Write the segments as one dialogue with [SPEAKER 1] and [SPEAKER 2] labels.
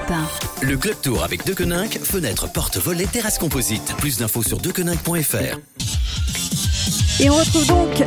[SPEAKER 1] 1.
[SPEAKER 2] Le Club Tour avec Deceuninck, fenêtre, porte, volet, terrasse composite. Plus d'infos sur deceuninck.fr.
[SPEAKER 3] Et on retrouve donc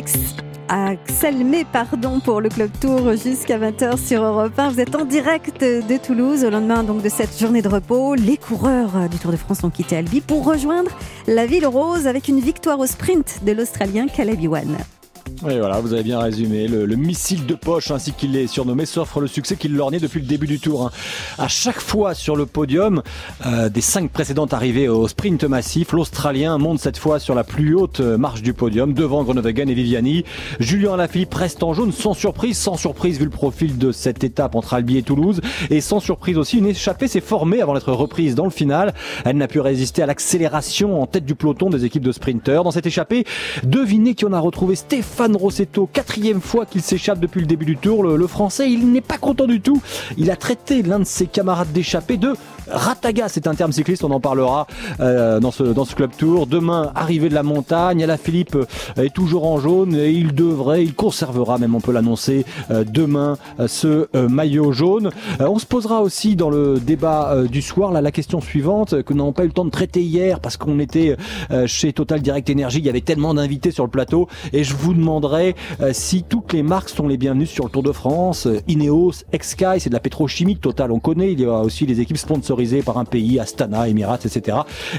[SPEAKER 3] Axel May pour le Club Tour jusqu'à 20h sur Europe 1. Vous êtes en direct de Toulouse au lendemain donc de cette journée de repos. Les coureurs du Tour de France ont quitté Albi pour rejoindre la Ville Rose avec une victoire au sprint de l'Australien Caleb Ewan.
[SPEAKER 4] Oui, voilà, vous avez bien résumé. Le missile de poche, ainsi qu'il est surnommé, s'offre le succès qu'il lorgnait depuis le début du Tour. À chaque fois sur le podium, des 5 précédentes arrivées au sprint massif, l'Australien monte cette fois sur la plus haute marche du podium, devant Groenewegen et Viviani. Julien Alaphilippe reste en jaune, sans surprise vu le profil de cette étape entre Albi et Toulouse. Et sans surprise aussi, une échappée s'est formée avant d'être reprise dans le final. Elle n'a pu résister à l'accélération en tête du peloton des équipes de sprinteurs. Dans cette échappée, devinez qui on a retrouvé Stéphane Rossetto, 4e fois qu'il s'échappe depuis le début du Tour. Le Français, il n'est pas content du tout. Il a traité l'un de ses camarades d'échappée de rataga. C'est un terme cycliste, on en parlera dans ce Club Tour. Demain, arrivée de la montagne, Alaphilippe est toujours en jaune et il conservera, même on peut l'annoncer, demain ce maillot jaune. On se posera aussi dans le débat du soir la question suivante que nous n'avons pas eu le temps de traiter hier parce qu'on était chez Total Direct Energy. Il y avait tellement d'invités sur le plateau et je vous demanderai si toutes les marques sont les bienvenues sur le Tour de France. Ineos, Sky, c'est de la pétrochimique. Total, on connaît. Il y a aussi les équipes sponsorisées par un pays, Astana, Emirates, etc.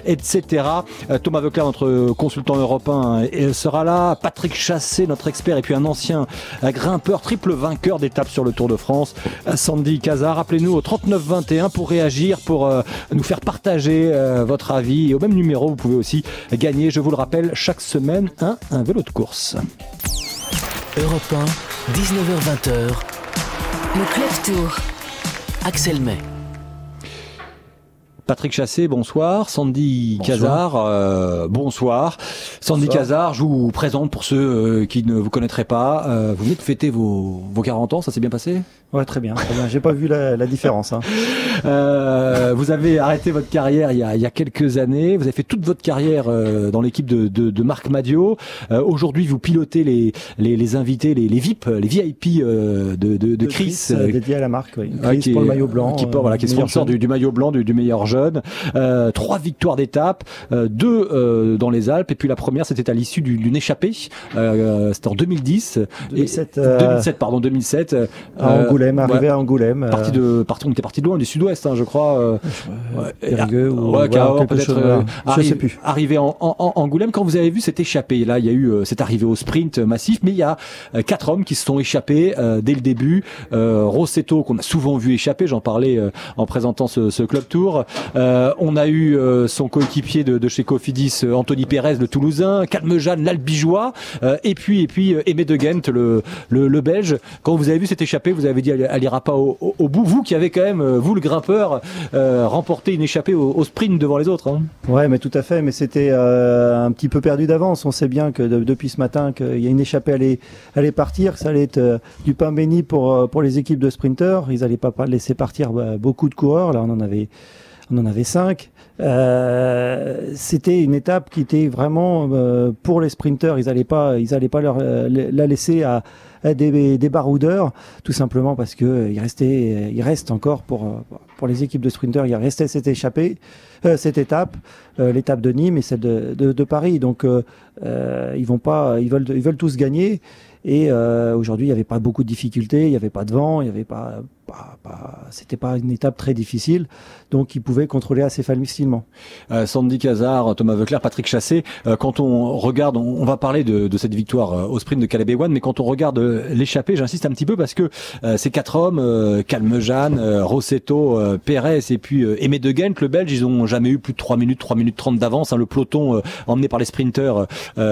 [SPEAKER 4] Thomas Voeckler, notre consultant européen, sera là. Patrick Chassé, notre expert, et puis un ancien grimpeur, triple vainqueur d'étapes sur le Tour de France, Sandy Cazard. Rappelez-nous au 3921 pour réagir, pour nous faire partager votre avis. Et au même numéro, vous pouvez aussi gagner, je vous le rappelle, chaque semaine, un vélo de course.
[SPEAKER 2] Europe 1, 19h-20h.
[SPEAKER 1] Le Club Tour.
[SPEAKER 2] Axel May.
[SPEAKER 4] Patrick Chassé, bonsoir. Sandy Cazard, bonsoir. Sandy Cazard, je vous présente pour ceux qui ne vous connaîtraient pas. Vous venez de fêter vos 40 ans, ça s'est bien passé ?
[SPEAKER 5] Ouais, très bien. J'ai pas vu la différence.
[SPEAKER 4] Vous avez arrêté votre carrière il y a quelques années. Vous avez fait toute votre carrière dans l'équipe de Marc Madiot. Aujourd'hui, vous pilotez les invités, les VIP, les VIP de Chris.
[SPEAKER 5] Dédié à la marque, oui. Chris pour le maillot blanc.
[SPEAKER 4] Qui est sponsor du maillot blanc, du meilleur jeune. 3 victoires d'étape, 2 dans les Alpes. Et puis la première, c'était à l'issue d'une échappée. C'était en 2010. 2007.
[SPEAKER 5] À Angoulême, arrivé à Angoulême.
[SPEAKER 4] On était parti de loin, du sud-ouest, je crois.
[SPEAKER 5] Périgueux ou
[SPEAKER 4] peut-être.
[SPEAKER 5] Je sais plus.
[SPEAKER 4] Arrivé en Angoulême, quand vous avez vu cette échappée, là, il y a eu cette arrivée au sprint massif, mais il y a 4 hommes qui se sont échappés dès le début. Rossetto, qu'on a souvent vu échapper, j'en parlais en présentant ce Club Tour. On a eu son coéquipier de chez Cofidis, Anthony Pérez, le Toulousain, Calmejane, l'Albigeois, et puis Aimé de Ghent, le Belge. Quand vous avez vu cette échappée, vous avez dit elle ira pas au bout. Vous qui avez quand même, vous le grimpeur, remporté une échappée au sprint devant les autres.
[SPEAKER 5] Ouais, mais tout à fait. Mais c'était un petit peu perdu d'avance. On sait bien que depuis ce matin qu'il y a une échappée allait partir, que ça allait être du pain béni pour les équipes de sprinteurs. Ils allaient pas laisser partir beaucoup de coureurs. Là, on en avait 5. C'était une étape qui était vraiment pour les sprinteurs. Ils allaient pas la laisser à des baroudeurs, tout simplement parce que il reste encore pour les équipes de sprinteurs, il restait cette étape, l'étape de Nîmes et celle de Paris. Donc ils veulent tous gagner. Et aujourd'hui, il n'y avait pas beaucoup de difficultés, il n'y avait pas de vent, il y avait pas c'était pas une étape très difficile, donc ils pouvaient contrôler assez facilement.
[SPEAKER 4] Sandy Cazard, Thomas Voeckler, Patrick Chassé, quand on regarde, on va parler de cette victoire au sprint de Caleb Ewan, mais quand on regarde l'échappée, j'insiste un petit peu parce que ces 4 hommes, Calmejane, Rossetto, Pérez et puis Aimé de Ghent, le Belge, ils ont jamais eu plus de 3 minutes 30 d'avance. Le peloton emmené par les sprinteurs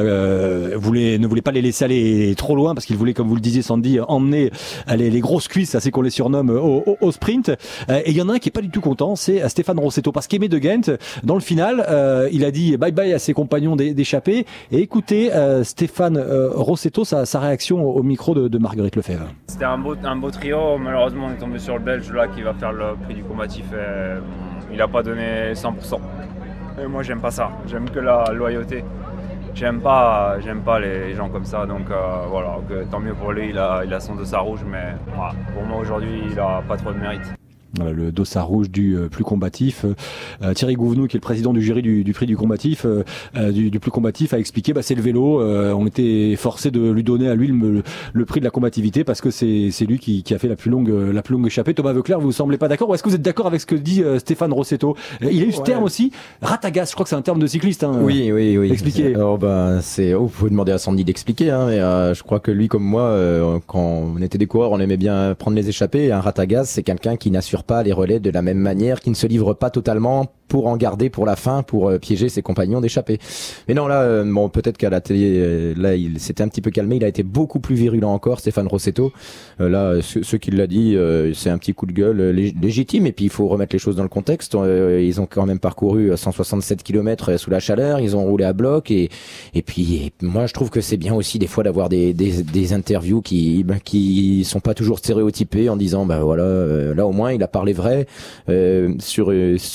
[SPEAKER 4] ne voulait pas les laisser aller trop loin parce qu'ils voulaient, comme vous le disiez Sandy, emmener les grosses cuisses, c'est qu'on les surnomme au sprint. Et il y en a un qui est pas du tout content, c'est Stéphane Rossetto, parce qu'Aimé de Ghent, dans le final, il a dit bye bye à ses compagnons d'échappée. Et écoutez Stéphane Rossetto, sa réaction au micro de Marguerite Lefebvre.
[SPEAKER 6] C'était un beau trio. Malheureusement, on est tombé sur le Belge là qui va faire le prix du combatif. Il a pas donné 100%. Et moi, j'aime pas ça. J'aime que la loyauté. J'aime pas les gens comme ça, donc voilà, tant mieux pour lui, il a son dossard rouge, mais voilà, pour moi aujourd'hui il a pas trop de mérite.
[SPEAKER 4] Voilà, le dossard rouge du plus combatif. Thierry Gouvenou, qui est le président du jury du prix du combatif, du plus combatif, a expliqué c'est le vélo. On était forcé de lui donner à lui le prix de la combativité parce que c'est lui qui a fait la plus longue échappée. Thomas Voeckler, vous semblez pas d'accord, ou est-ce que vous êtes d'accord avec ce que dit Stéphane Rossetto? Il a eu ce terme aussi, ratagas, je crois que c'est un terme de cycliste.
[SPEAKER 7] Oui.
[SPEAKER 4] Expliquez.
[SPEAKER 7] Alors vous pouvez demander à Sandy d'expliquer, mais je crois que lui comme moi, quand on était des coureurs, on aimait bien prendre les échappées. Et un ratagas, c'est quelqu'un qui n'assure pas les relais de la même manière, qui ne se livre pas totalement pour en garder pour la fin, pour piéger ses compagnons d'échappée. Mais non, là, peut-être qu'à la télé, là, il s'était un petit peu calmé. Il a été beaucoup plus virulent encore, Stéphane Rossetto. Là, ce qu'il l'a dit, c'est un petit coup de gueule légitime. Et puis, il faut remettre les choses dans le contexte. Ils ont quand même parcouru 167 km sous la chaleur. Ils ont roulé à bloc. Et puis, moi, je trouve que c'est bien aussi des fois d'avoir des interviews qui sont pas toujours stéréotypées en disant, là, au moins, il a parlé vrai sur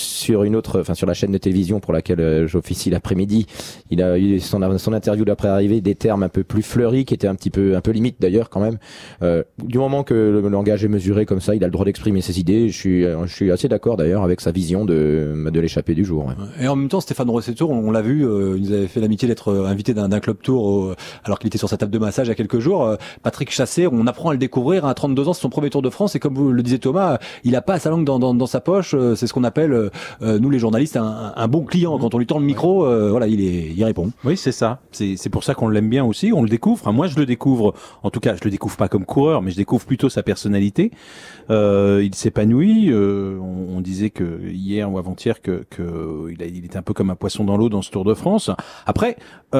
[SPEAKER 7] la chaîne de télévision pour laquelle j'officie l'après-midi. Il a eu son interview d'après arrivée des termes un peu plus fleuris qui étaient un peu limite d'ailleurs quand même. Du moment que le langage est mesuré comme ça, il a le droit d'exprimer ses idées. Je suis assez d'accord d'ailleurs avec sa vision de l'échappée du jour. Ouais.
[SPEAKER 4] Et en même temps, Stéphane Rossetto, on l'a vu, il nous avait fait l'amitié d'être invité d'un club tour alors qu'il était sur sa table de massage il y a quelques jours. Patrick Chassé, on apprend à le découvrir à 32 ans, c'est son premier Tour de France et comme vous le disiez Thomas, il a pas sa langue dans sa poche. C'est ce qu'on appelle nous les journalistes un bon client. Quand on lui tend le micro, il répond.
[SPEAKER 8] Oui, c'est ça. C'est pour ça qu'on l'aime bien aussi. On le découvre. Enfin, moi, je le découvre. En tout cas, je le découvre pas comme coureur, mais je découvre plutôt sa personnalité. Il s'épanouit. On disait que hier ou avant-hier que il était un peu comme un poisson dans l'eau dans ce Tour de France. Après.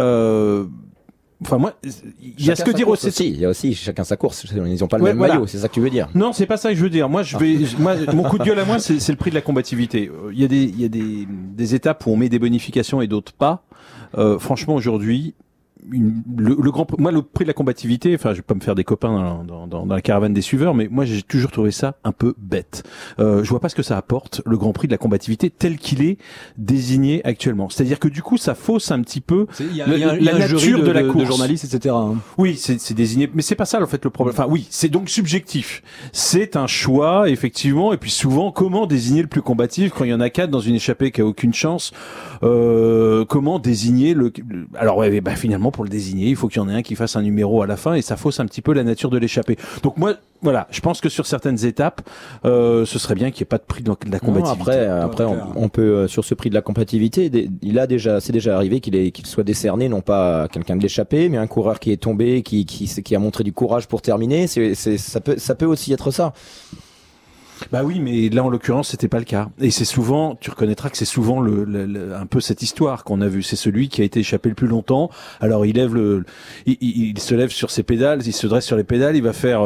[SPEAKER 8] Enfin moi, il y a ce que dire aussi.
[SPEAKER 7] Il y a aussi chacun sa course. Ils n'ont pas le même maillot. C'est ça que tu veux dire.
[SPEAKER 8] Non, c'est pas ça que je veux dire. Moi, mon coup de gueule à moi, c'est le prix de la combativité. Il y a des étapes où on met des bonifications et d'autres pas. Franchement, aujourd'hui, le prix de la combativité, enfin, je vais pas me faire des copains dans la caravane des suiveurs, mais moi, j'ai toujours trouvé ça un peu bête. Je vois pas ce que ça apporte, le Grand Prix de la combativité tel qu'il est désigné actuellement. C'est-à-dire que du coup, ça fausse un petit peu la nature de la course.
[SPEAKER 4] De journalistes, etc.
[SPEAKER 8] Oui, c'est désigné, mais c'est pas ça, en fait, le problème. Enfin, oui, c'est donc subjectif. C'est un choix, effectivement, et puis souvent, comment désigner le plus combatif quand il y en a 4 dans une échappée qui a aucune chance? Comment désigner alors, finalement, pour le désigner, il faut qu'il y en ait un qui fasse un numéro à la fin et ça fausse un petit peu la nature de l'échappée. Donc moi, voilà, je pense que sur certaines étapes, ce serait bien qu'il n'y ait pas de prix de la combativité.
[SPEAKER 7] Après, on peut sur ce prix de la combativité, c'est déjà arrivé qu'il soit décerné non pas à quelqu'un de l'échappée, mais un coureur qui est tombé, qui a montré du courage pour terminer. Ça peut aussi être ça.
[SPEAKER 8] Bah oui, mais là en l'occurrence c'était pas le cas. Et c'est souvent, tu reconnaîtras que c'est souvent un peu cette histoire qu'on a vue. C'est celui qui a été échappé le plus longtemps. Alors il se lève sur ses pédales, il se dresse sur les pédales, il va faire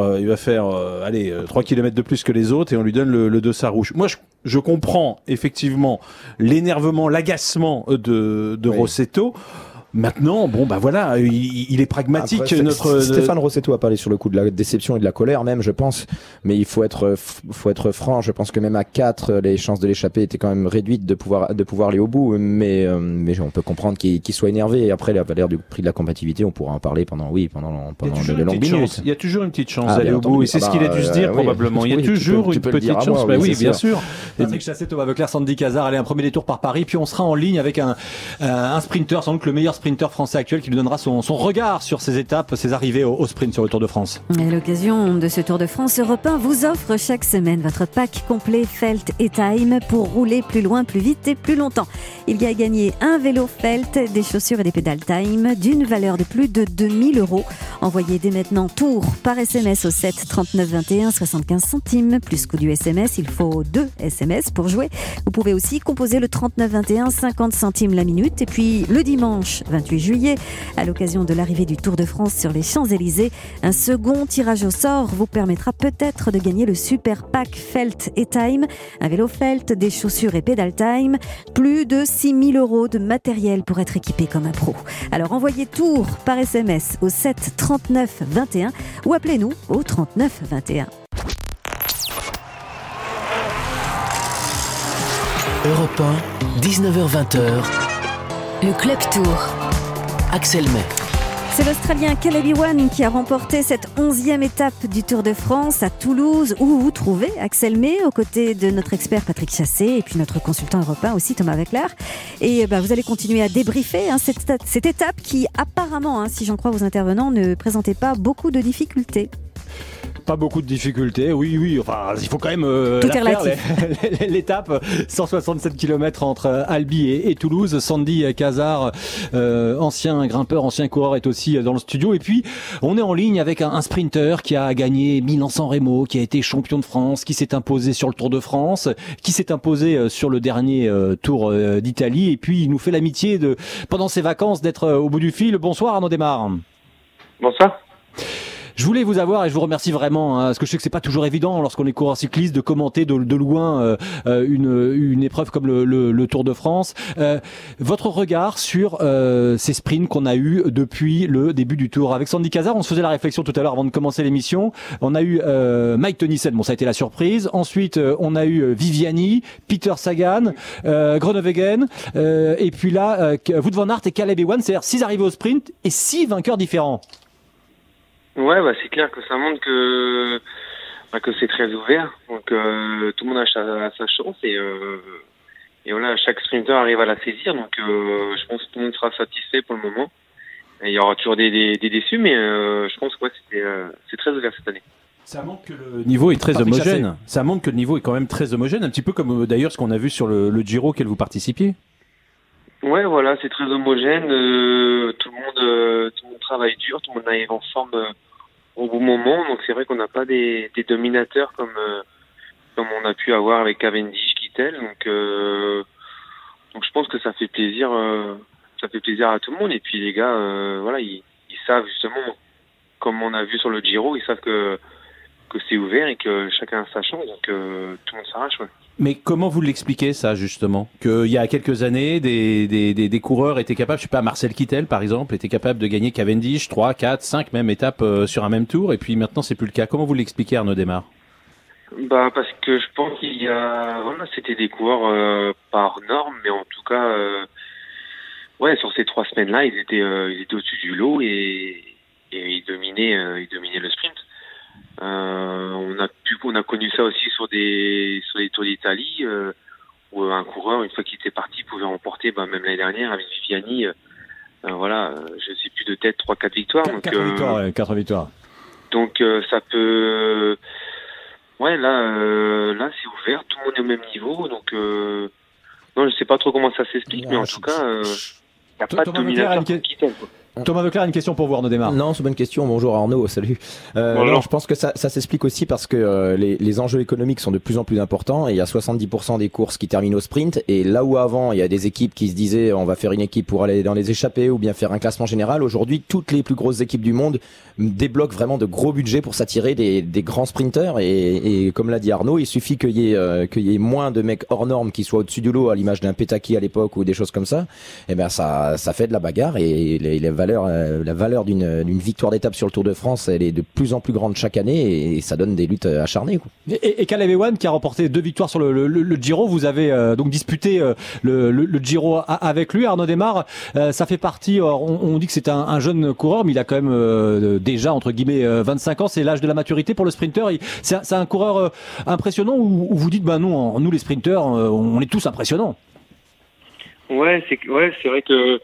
[SPEAKER 8] 3 km de plus que les autres et on lui donne le dossard rouge. Moi je comprends effectivement l'énervement, l'agacement de Rossetto. Maintenant, il est pragmatique.
[SPEAKER 7] Après, Stéphane Rossetto a parlé sur le coup de la déception et de la colère même, je pense. Mais il faut être franc. Je pense que même à 4, les chances de l'échapper étaient quand même réduites de pouvoir aller au bout. Mais on peut comprendre qu'il soit énervé. Et après, la valeur du prix de la combativité, on pourra en parler pendant de longues minutes.
[SPEAKER 8] Il y a toujours une petite chance d'aller au bout. Et c'est ce qu'il a dû se dire probablement. Il y a toujours une petite chance. Oui, bien sûr.
[SPEAKER 4] Patrick Chassé, Thomas Voeckler, Sandy Cazard, allez, un premier détour par Paris. Puis on sera en ligne avec un sprinter, sans doute le meilleur sprinter français actuel qui nous donnera son regard sur ces étapes, ses arrivées au sprint sur le Tour de France.
[SPEAKER 3] À l'occasion de ce Tour de France, Europe 1 vous offre chaque semaine votre pack complet Felt et Time pour rouler plus loin, plus vite et plus longtemps. Il y a gagné un vélo Felt, des chaussures et des pédales Time d'une valeur de plus de 2000 €. Envoyez dès maintenant Tour par SMS au 7 39 21 75 centimes plus coût du SMS. Il faut 2 SMS pour jouer. Vous pouvez aussi composer le 39 21 50 centimes la minute. Et puis le dimanche 28 juillet, à l'occasion de l'arrivée du Tour de France sur les Champs-Élysées, un second tirage au sort vous permettra peut-être de gagner le super pack Felt et Time, un vélo Felt, des chaussures et pédales Time, plus de 6000 € de matériel pour être équipé comme un pro. Alors envoyez Tour par SMS au 7 39 21 ou appelez-nous au 39 21.
[SPEAKER 2] Europe 1, 19h-20h.
[SPEAKER 1] Le Club Tour.
[SPEAKER 2] Axel May.
[SPEAKER 3] C'est l'Australien Caleb Ewan qui a remporté cette 11e étape du Tour de France à Toulouse, où vous trouvez Axel May aux côtés de notre expert Patrick Chassé et puis notre consultant européen aussi Thomas Weckler. Et vous allez continuer à débriefer cette étape qui apparemment, si j'en crois vos intervenants, ne présentait pas beaucoup de difficultés.
[SPEAKER 4] Pas beaucoup de difficultés, oui. Enfin, il faut quand même l'étape. 167 km entre Albi et Toulouse. Sandy Cazard, ancien grimpeur, ancien coureur, est aussi dans le studio. Et puis, on est en ligne avec un sprinter qui a gagné Milan-San Remo, qui a été champion de France, qui s'est imposé sur le Tour de France, qui s'est imposé sur le dernier Tour d'Italie. Et puis, il nous fait l'amitié pendant ses vacances, d'être au bout du fil. Bonsoir Arnaud Desmar.
[SPEAKER 9] Bonsoir.
[SPEAKER 4] Je voulais vous avoir, et je vous remercie vraiment, parce que je sais que c'est pas toujours évident lorsqu'on est coureur cycliste de commenter de loin une épreuve comme le Tour de France. Votre regard sur ces sprints qu'on a eu depuis le début du Tour. Avec Sandy Cazard, on se faisait la réflexion tout à l'heure avant de commencer l'émission. On a eu Mike Tennyson, bon ça a été la surprise. Ensuite, on a eu Viviani, Peter Sagan, Groenewegen, et puis là, Wout van Aert et Caleb Ewan, c'est-à-dire 6 arrivés au sprint et 6 vainqueurs différents.
[SPEAKER 9] Ouais, c'est clair que ça montre que c'est très ouvert. Donc tout le monde a sa chance et voilà, chaque sprinter arrive à la saisir. Donc je pense que tout le monde sera satisfait pour le moment. Et il y aura toujours des déçus, mais je pense que c'est très ouvert cette année.
[SPEAKER 8] Ça montre que le niveau est très homogène. Ça montre que le niveau est quand même très homogène, un petit peu comme d'ailleurs ce qu'on a vu sur le Giro auquel vous participiez.
[SPEAKER 9] Ouais, voilà, c'est très homogène. Tout le monde travaille dur, tout le monde arrive en forme au bon moment. Donc c'est vrai qu'on n'a pas des dominateurs comme on a pu avoir avec Cavendish, Kittel. Donc je pense que ça fait plaisir à tout le monde. Et puis les gars, ils savent justement, comme on a vu sur le Giro, ils savent que c'est ouvert et que chacun a sa chance. Donc tout le monde s'arrache. Ouais.
[SPEAKER 8] Mais comment vous l'expliquez ça justement? Qu'il y a quelques années, des coureurs étaient capables, je sais pas, Marcel Kittel par exemple, était capable de gagner Cavendish 3, 4, 5 même étapes sur un même tour, et puis maintenant c'est plus le cas. Comment vous l'expliquez, Arnaud Desmar?
[SPEAKER 9] Parce que je pense qu'il y a, c'était des coureurs par norme, mais en tout cas, sur ces 3 semaines-là, ils étaient au-dessus du lot et ils dominaient le sprint. On a connu ça aussi sur des Tours d'Italie où un coureur, une fois qu'il était parti, pouvait remporter même l'année dernière avec Viviani, je sais plus de tête, 3-4 victoires.
[SPEAKER 4] 4 victoires.
[SPEAKER 9] Donc ça peut, là c'est ouvert, tout le monde est au même niveau, donc non, je sais pas trop comment ça s'explique, mais en tout cas il n'y a pas de dominateur qui Kittel, quoi.
[SPEAKER 4] Thomas Weckler, une question pour vous, Arnaud Desmar.
[SPEAKER 7] Non, c'est une bonne question. Bonjour Arnaud, salut. Non, je pense que ça s'explique aussi parce que les enjeux économiques sont de plus en plus importants et il y a 70% des courses qui terminent au sprint, et là où avant il y a des équipes qui se disaient on va faire une équipe pour aller dans les échappées ou bien faire un classement général, aujourd'hui toutes les plus grosses équipes du monde débloquent vraiment de gros budgets pour s'attirer des grands sprinteurs et comme l'a dit Arnaud, il suffit qu'il y ait moins de mecs hors normes qui soient au-dessus du lot, à l'image d'un Petaki à l'époque ou des choses comme ça, et ben ça fait de la bagarre, et la valeur d'une victoire d'étape sur le Tour de France, elle est de plus en plus grande chaque année, et ça donne des luttes acharnées, quoi.
[SPEAKER 4] Et Caleb Ewan qui a remporté 2 victoires sur le Giro, vous avez donc disputé le Giro avec lui, Arnaud Desmar. Ça fait partie, on dit que c'est un jeune coureur, mais il a quand même déjà entre guillemets 25 ans, c'est l'âge de la maturité pour le sprinter. C'est un coureur impressionnant, ou vous dites nous les sprinters on est tous impressionnants?
[SPEAKER 9] Ouais, c'est vrai que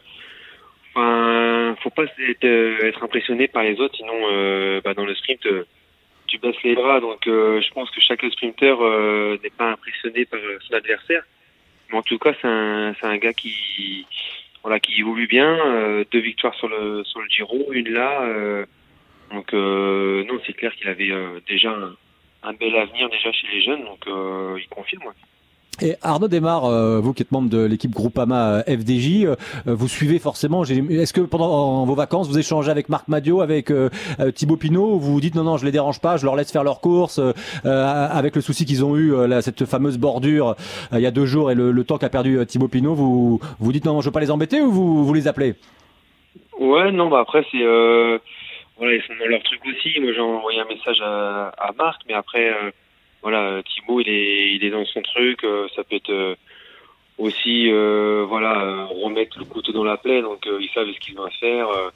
[SPEAKER 9] faut pas être impressionné par les autres, sinon dans le sprint tu baisses les bras. Donc je pense que chaque sprinter n'est pas impressionné par son adversaire, mais en tout cas c'est un gars qui évolue bien. 2 victoires sur le Giro, une là, donc non, c'est clair qu'il avait déjà un bel avenir déjà chez les jeunes, donc il confirme. Ouais.
[SPEAKER 4] Et Arnaud Desmar, vous qui êtes membre de l'équipe Groupama FDJ, vous suivez forcément. Est-ce que pendant vos vacances, vous échangez avec Marc Madiot, avec Thibaut Pinot, ou vous vous dites non, je les dérange pas, je leur laisse faire leur course, avec le souci qu'ils ont eu cette fameuse bordure il y a 2 jours et le temps qu'a perdu Thibaut Pinot, vous dites non, je veux pas les embêter, ou vous les appelez?
[SPEAKER 9] Ouais, non, après c'est ils sont dans leur truc aussi. Moi j'ai envoyé un message à Marc, mais après Thibaut il est dans son truc, ça peut être aussi remettre le couteau dans la plaie, donc ils savent ce qu'ils vont faire.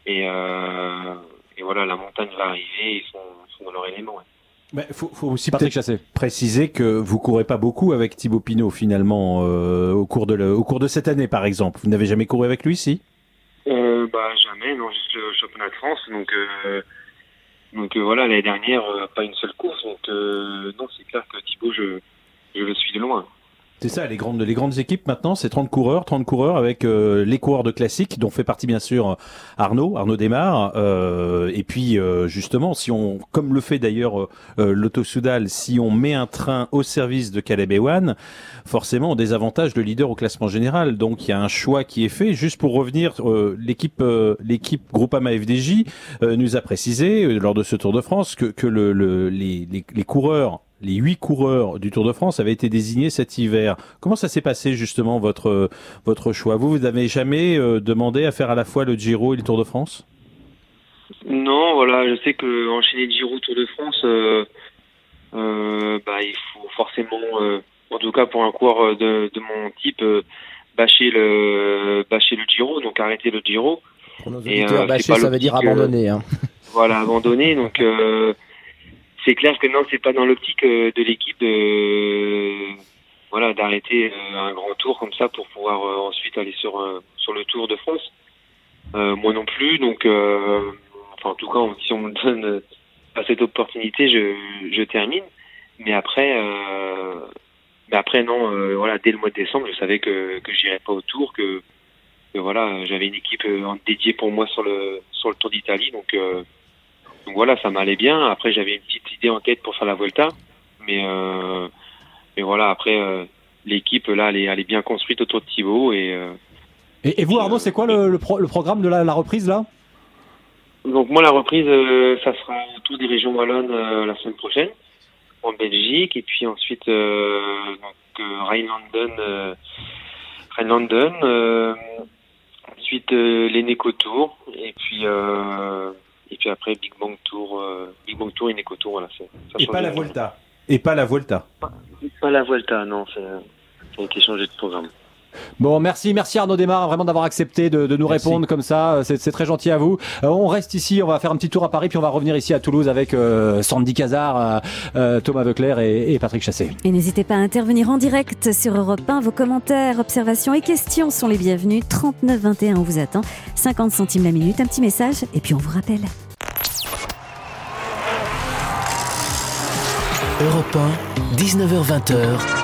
[SPEAKER 9] Et voilà, la montagne va arriver, ils sont dans leur élément. Ouais.
[SPEAKER 8] Mais faut aussi
[SPEAKER 4] Patrick
[SPEAKER 8] peut-être
[SPEAKER 4] Chassé.
[SPEAKER 8] préciser que vous courez pas beaucoup avec Thibaut Pinot finalement au cours de cette année par exemple. Vous n'avez jamais couru avec lui, si?
[SPEAKER 9] Jamais, non, juste le championnat de France. Donc voilà, l'année dernière, pas une seule course. Donc non, c'est clair que Thibaut, je le suis de loin.
[SPEAKER 8] C'est ça, les grandes équipes maintenant, c'est 30 coureurs avec les coureurs de classique, dont fait partie bien sûr Arnaud Desmar. Et puis justement, si on, comme le fait d'ailleurs l'Auto Soudal, si on met un train au service de Caleb Ewan, forcément on désavantage le leader au classement général. Donc il y a un choix qui est fait. Juste pour revenir, l'équipe Groupama FDJ nous a précisé lors de ce Tour de France que les coureurs, les 8 coureurs du Tour de France avaient été désignés cet hiver. Comment ça s'est passé justement votre choix? Vous n'avez jamais demandé à faire à la fois le Giro et le Tour de France?
[SPEAKER 9] Non, voilà, je sais que enchaîner le Giro Tour de France, il faut forcément, en tout cas pour un coureur de mon type, bâcher le Giro, donc arrêter le Giro.
[SPEAKER 7] Pour nos auditeurs, bâcher, ça veut dire abandonner. Hein.
[SPEAKER 9] Voilà, abandonner. Donc c'est clair que non, c'est pas dans l'optique de l'équipe d'arrêter un grand tour comme ça pour pouvoir ensuite aller sur le Tour de France. Moi non plus, donc en tout cas, si on me donne pas cette opportunité, je termine. Mais après non, dès le mois de décembre, je savais que j'irais pas au Tour, que voilà, j'avais une équipe dédiée pour moi sur le Tour d'Italie, donc voilà, ça m'allait bien. Après, j'avais une petite idée en tête pour faire la Vuelta, mais voilà, après l'équipe là, elle est bien construite autour de Thibaut et
[SPEAKER 4] vous, Arnaud, c'est quoi le programme de la reprise là?
[SPEAKER 9] Donc moi, la reprise, ça sera autour des régions wallonnes la semaine prochaine, en Belgique, et puis ensuite Rheinlanden, ensuite l'Eneco Tour, et puis après Big Bang Tour et Eneco Tour, voilà.
[SPEAKER 8] Et pas la Vuelta. Et pas la Vuelta.
[SPEAKER 9] Pas la Vuelta, non, ça a été changé de programme.
[SPEAKER 4] Bon, merci Arnaud Desmar vraiment d'avoir accepté de nous répondre comme ça, c'est très gentil à vous. On reste ici, on va faire un petit tour à Paris puis on va revenir ici à Toulouse avec Sandy Cazard, Thomas Voeckler et Patrick Chassé.
[SPEAKER 3] Et n'hésitez pas à intervenir en direct sur Europe 1, vos commentaires, observations et questions sont les bienvenus. 39 21, on vous attend, 50 centimes la minute, un petit message et puis on vous rappelle.
[SPEAKER 2] Europe 1, 19h-20h,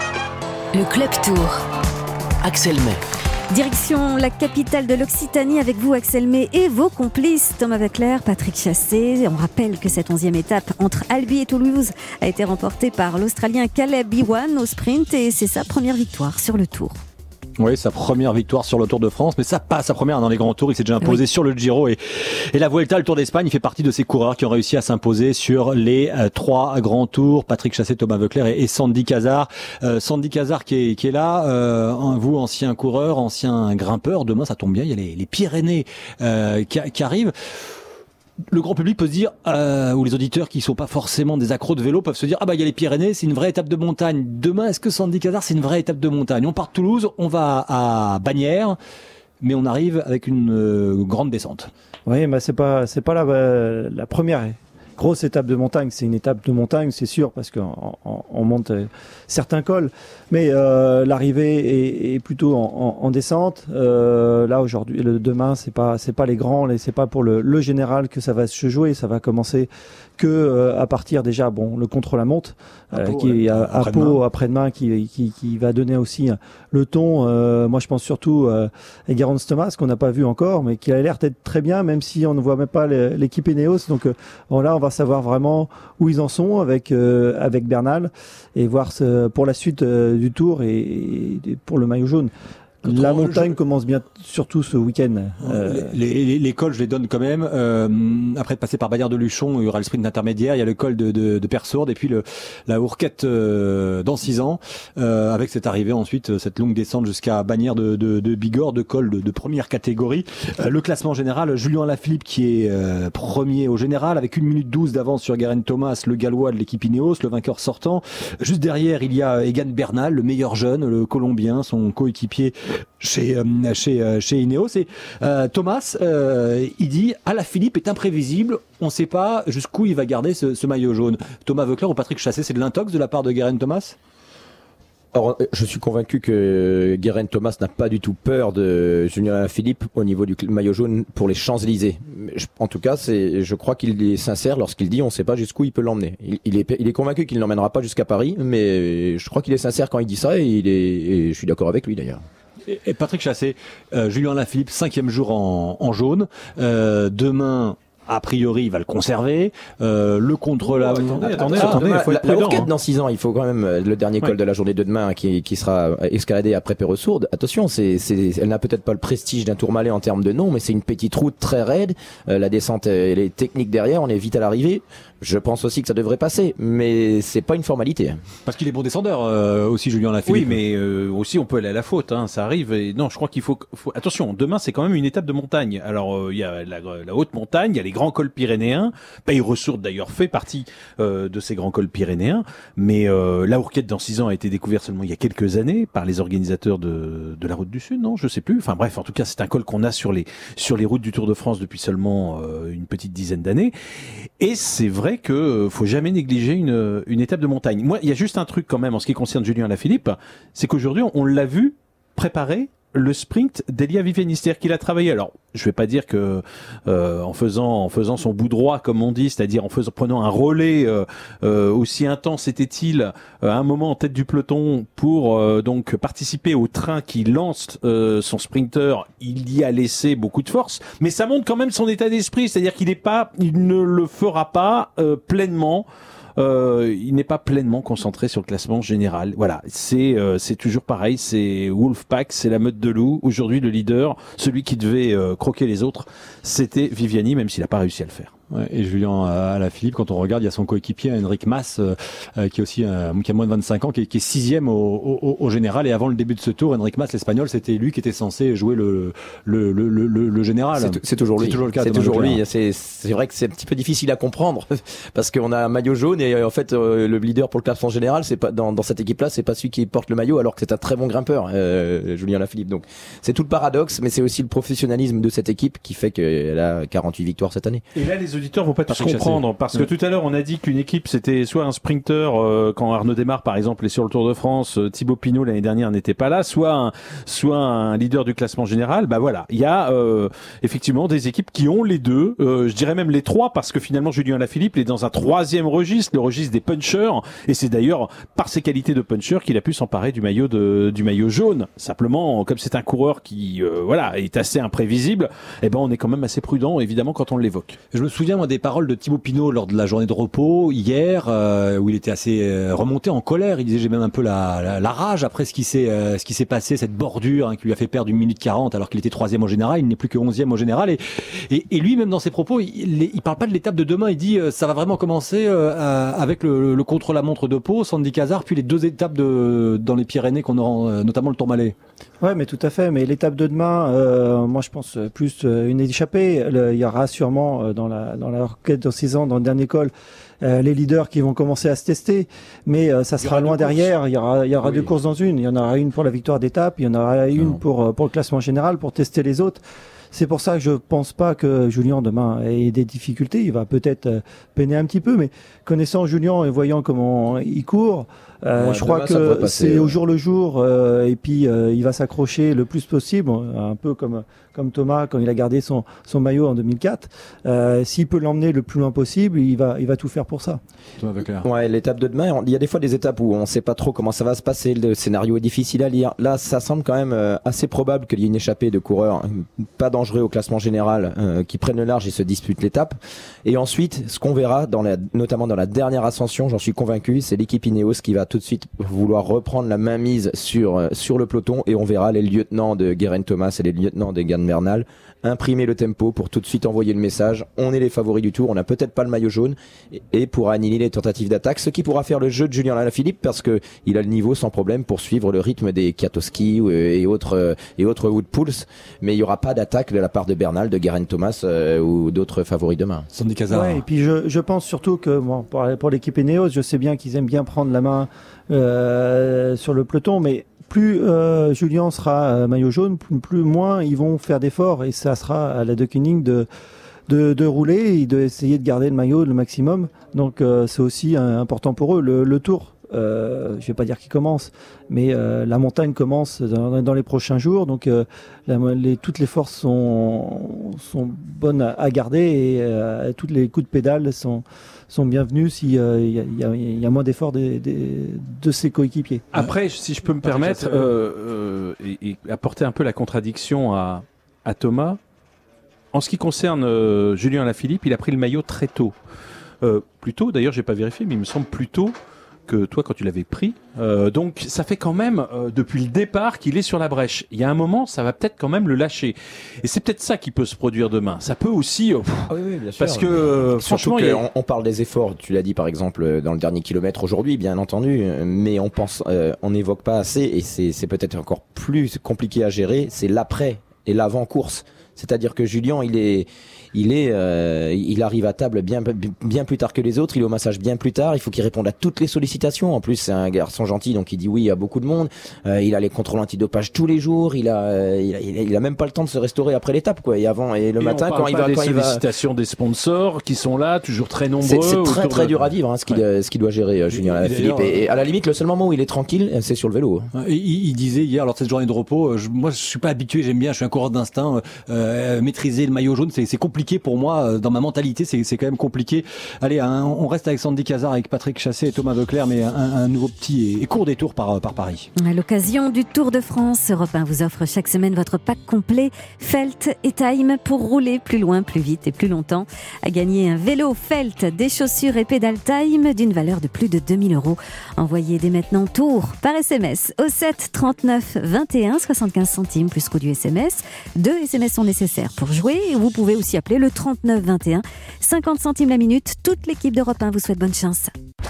[SPEAKER 1] le Club Tour.
[SPEAKER 2] Axel May.
[SPEAKER 3] Direction la capitale de l'Occitanie avec vous Axel May et vos complices Thomas Voeckler, Patrick Chassé. On rappelle que cette 11e étape entre Albi et Toulouse a été remportée par l'Australien Caleb Ewan au sprint et c'est sa première victoire sur le Tour.
[SPEAKER 4] Oui, sa première victoire sur le Tour de France, mais ça pas sa première dans les grands tours. Il s'est déjà imposé sur le Giro et la Vuelta, le Tour d'Espagne. Il fait partie de ces coureurs qui ont réussi à s'imposer sur les 3 grands tours. Patrick Chassé, Thomas Voeckler et Sandy Cazard. Sandy Cazard qui est là. Vous, ancien coureur, ancien grimpeur. Demain, ça tombe bien. Il y a les Pyrénées qui arrivent. Le grand public peut se dire, ou les auditeurs qui sont pas forcément des accros de vélo peuvent se dire, il y a les Pyrénées, c'est une vraie étape de montagne. Demain, est-ce que Sandy Cazard, c'est une vraie étape de montagne? On part de Toulouse, on va à Bagnères, mais on arrive avec une grande descente.
[SPEAKER 5] Oui, mais c'est pas la première grosse étape de montagne. C'est une étape de montagne, c'est sûr, parce qu'on monte certains cols. Mais l'arrivée est plutôt en descente. Là aujourd'hui, demain, c'est pas les grands, c'est pas pour le général que ça va se jouer. Ça va commencer que à partir déjà, le contre-la-montre qui est à Pau après-demain, qui va donner aussi le ton. Moi, je pense surtout à Garance Thomas, qu'on n'a pas vu encore, mais qui a l'air d'être très bien, même si on ne voit même pas l'équipe Ineos. Donc là, on va savoir vraiment où ils en sont avec Bernal et voir pour la suite du Tour et pour le maillot jaune. La montagne commence bien, surtout ce week-end.
[SPEAKER 4] Les cols, je les donne quand même. Après de passer par Bagnères de Luchon, il y aura le sprint intermédiaire. Il y a le col de Persourde et puis la Hourquette dans 6 ans. Avec cette arrivée ensuite, cette longue descente jusqu'à Bagnères de Bigorre, de col de première catégorie. Le classement général, Julien Alaphilippe qui est premier au général avec 1 minute 12 d'avance sur Geraint Thomas, le gallois de l'équipe Ineos, le vainqueur sortant. Juste derrière, il y a Egan Bernal, le meilleur jeune, le Colombien, son coéquipier chez Ineos. Et Thomas, il dit Alaphilippe est imprévisible, on ne sait pas jusqu'où il va garder ce maillot jaune. Thomas Voeckler ou Patrick Chassé, c'est de l'intox de la part de Geraint Thomas?
[SPEAKER 7] Alors, je suis convaincu que Geraint Thomas n'a pas du tout peur de Julien Alaphilippe au niveau du maillot jaune pour les Champs-Élysées. En tout cas, je crois qu'il est sincère lorsqu'il dit on ne sait pas jusqu'où il peut l'emmener. Il est convaincu qu'il ne l'emmènera pas jusqu'à Paris, mais je crois qu'il est sincère quand il dit ça et je suis d'accord avec lui d'ailleurs.
[SPEAKER 4] Et Patrick Chassé, Julien Alaphilippe, 5e jour en jaune. Demain, a priori, il va le conserver. Le contre-la...
[SPEAKER 8] Attendez, il faut être prudent.
[SPEAKER 7] La Hourquette dans 6 ans, il faut quand même le dernier col de la journée de demain qui sera escaladé après Perresourde. Attention, elle n'a peut-être pas le prestige d'un Tourmalet en termes de nom, mais c'est une petite route très raide. La descente, elle est technique derrière, on est vite à l'arrivée. Je pense aussi que ça devrait passer, mais c'est pas une formalité.
[SPEAKER 4] Parce qu'il est bon descendeur aussi, Julien Alaphilippe.
[SPEAKER 8] Oui, mais aussi on peut aller à la faute, hein, ça arrive. Et non, je crois qu'il faut... Attention, demain c'est quand même une étape de montagne. Alors il y a la haute montagne, il y a les grands cols pyrénéens. Perresourde d'ailleurs fait partie de ces grands cols pyrénéens. Mais la Hourquette dans 6 ans a été découverte seulement il y a quelques années par les organisateurs de la Route du Sud, non, je sais plus. Enfin bref, en tout cas c'est un col qu'on a sur les routes du Tour de France depuis seulement une petite dizaine d'années. Et c'est vrai que faut jamais négliger une étape de montagne. Moi, il y a juste un truc quand même en ce qui concerne Julien Alaphilippe, c'est qu'aujourd'hui on l'a vu préparer le sprint d'Elia Viviani, c'est-à-dire qu'il a travaillé. Alors, je vais pas dire que en faisant son bout droit, comme on dit, c'est-à-dire prenant un relais aussi intense était-il à un moment en tête du peloton pour donc participer au train qui lance son sprinter. Il y a laissé beaucoup de force, mais ça montre quand même son état d'esprit, c'est-à-dire qu'il ne le fera pas pleinement. Il n'est pas pleinement concentré sur le classement général. Voilà, c'est toujours pareil, c'est Wolfpack, c'est la meute de loup. Aujourd'hui, le leader, celui qui devait croquer les autres, c'était Viviani, même s'il n'a pas réussi à le faire.
[SPEAKER 4] Ouais, et Julien Alaphilippe, quand on regarde, il y a son coéquipier Enric Mas qui est aussi qui a moins de 25 ans, qui est 6e au général. Et avant le début de ce tour, Enric Mas, l'Espagnol, c'était lui qui était censé jouer le général.
[SPEAKER 7] C'est toujours lui.
[SPEAKER 4] C'est toujours le cas.
[SPEAKER 7] C'est toujours lui. C'est vrai que c'est un petit peu difficile à comprendre parce qu'on a un maillot jaune et en fait le leader pour le classement général, c'est pas dans cette équipe-là, c'est pas celui qui porte le maillot alors que c'est un très bon grimpeur, Julien Alaphilippe. Donc c'est tout le paradoxe, mais c'est aussi le professionnalisme de cette équipe qui fait qu'elle a 48 victoires cette année.
[SPEAKER 8] Et là, les auditeurs vont pas tous comprendre parce que tout à l'heure on a dit qu'une équipe c'était soit un sprinter quand Arnaud Démare par exemple est sur le Tour de France, Thibaut Pinot l'année dernière n'était pas là, soit un leader du classement général. Bah voilà, il y a effectivement des équipes qui ont les deux, je dirais même les trois, parce que finalement Julien Alaphilippe est dans un troisième registre, le registre des punchers, et c'est d'ailleurs par ses qualités de puncher qu'il a pu s'emparer du maillot jaune. Simplement, comme c'est un coureur qui est assez imprévisible, eh ben on est quand même assez prudent évidemment quand on l'évoque.
[SPEAKER 4] Je me souviens moi des paroles de Thibaut Pinot lors de la journée de repos hier, où il était assez remonté en colère. Il disait j'ai même un peu la rage après ce qui s'est passé, cette bordure qui lui a fait perdre 1 minute 40 alors qu'il était 3e au général. Il n'est plus que 11e au général, et lui même dans ses propos il parle pas de l'étape de demain. Il dit ça va vraiment commencer avec le contre-la-montre de Pau, Sandy Cazard, puis les 2 étapes dans les Pyrénées qu'on aura, notamment le Tourmalet.
[SPEAKER 5] Ouais, mais tout à fait. Mais l'étape de demain, moi je pense plus une échappée. Il y aura sûrement dans la Hourquette dans 6 ans, dans le dernier col, les leaders qui vont commencer à se tester, mais ça sera loin derrière. Il y aura 2 courses dans une. Il y en aura une pour la victoire d'étape, il y en aura une pour le classement général, pour tester les autres. C'est pour ça que je pense pas que Julien demain ait des difficultés. Il va peut-être peiner un petit peu, mais connaissant Julien et voyant comment il court, je crois que c'est au jour le jour, et puis il va s'accrocher le plus possible, un peu comme Thomas quand il a gardé son maillot en 2004. S'il peut l'emmener le plus loin possible, il va tout faire pour ça.
[SPEAKER 7] Ouais, l'étape de demain, il y a des fois des étapes où on sait pas trop comment ça va se passer, le scénario est difficile à lire. Là, ça semble quand même assez probable qu'il y ait une échappée de coureurs pas dangereux au classement général qui prennent le large et se disputent l'étape. Et ensuite, ce qu'on verra notamment dans la dernière ascension, j'en suis convaincu, c'est l'équipe Ineos qui va tout de suite vouloir reprendre la mainmise sur le peloton, et on verra les lieutenants de Geraint Thomas et les lieutenants de Egan Bernal imprimer le tempo pour tout de suite envoyer le message. On est les favoris du tour, on n'a peut-être pas le maillot jaune, et pour annihiler les tentatives d'attaque, ce qui pourra faire le jeu de Julien Alaphilippe parce que il a le niveau sans problème pour suivre le rythme des Kwiatkowski et autres Wout Poels, mais il y aura pas d'attaque de la part de Bernal, de Geraint Thomas ou d'autres favoris demain.
[SPEAKER 4] Sandy Cazard.
[SPEAKER 5] Ouais, et puis je pense surtout que pour l'équipe Ineos, je sais bien qu'ils aiment bien prendre la main sur le peloton, mais plus Julien sera maillot jaune, plus moins ils vont faire d'efforts, et ça sera à la Deceuninck de rouler et d'essayer de garder le maillot le maximum. Donc c'est aussi important pour eux. Le Tour, je vais pas dire qu'il commence, mais la montagne commence dans les prochains jours. Donc toutes les forces sont bonnes à garder, et tous les coups de pédale sont bienvenus s'il y a moins d'efforts de ses coéquipiers.
[SPEAKER 8] Après, si je peux me permettre, et apporter un peu la contradiction à Thomas, en ce qui concerne Julien Alaphilippe, il a pris le maillot très tôt. Plus tôt, d'ailleurs, j'ai pas vérifié, mais il me semble plus tôt que toi quand tu l'avais pris. Donc ça fait quand même depuis le départ qu'il est sur la brèche. Il y a un moment, ça va peut-être quand même le lâcher. Et c'est peut-être ça qui peut se produire demain. Ça peut aussi...
[SPEAKER 7] oui, bien sûr.
[SPEAKER 8] Parce que franchement...
[SPEAKER 7] On parle des efforts, tu l'as dit par exemple dans le dernier kilomètre aujourd'hui, bien entendu, mais on n'évoque pas assez, et c'est peut-être encore plus compliqué à gérer, c'est l'après et l'avant-course. C'est-à-dire que Julien, il arrive à table bien plus tard que les autres, il est au massage bien plus tard, il faut qu'il réponde à toutes les sollicitations. En plus, c'est un garçon gentil, donc il dit oui à beaucoup de monde. Il a les contrôles antidopage tous les jours, il a même pas le temps de se restaurer après l'étape, quoi. Et le matin, quand il va,
[SPEAKER 8] des sollicitations des sponsors qui sont là, toujours très nombreux.
[SPEAKER 7] C'est très dur à vivre, ce qu'il doit gérer, Julien Alaphilippe. Et à la limite, le seul moment où il est tranquille, c'est sur le vélo.
[SPEAKER 4] Il disait hier, lors de cette journée de repos, moi je suis pas habitué, j'aime bien, je suis un coureur d'instinct. Maîtriser le maillot jaune, c'est compliqué pour moi, dans ma mentalité, c'est quand même compliqué. Allez, on reste avec Sandy Cazard, avec Patrick Chassé et Thomas Voeckler, mais un nouveau petit et court détour par Paris.
[SPEAKER 3] À l'occasion du Tour de France, Europe 1 vous offre chaque semaine votre pack complet Felt et Time pour rouler plus loin, plus vite et plus longtemps. À gagner un vélo Felt, des chaussures et pédales Time d'une valeur de plus de 2 000 €. Envoyez dès maintenant Tour par SMS au 7 39 21 75 centimes plus coût du SMS. 2 SMS sont nécessaires pour jouer. Vous pouvez aussi appeler le 39 21, 50 centimes la minute. Toute l'équipe d'Europe 1 vous souhaite bonne chance.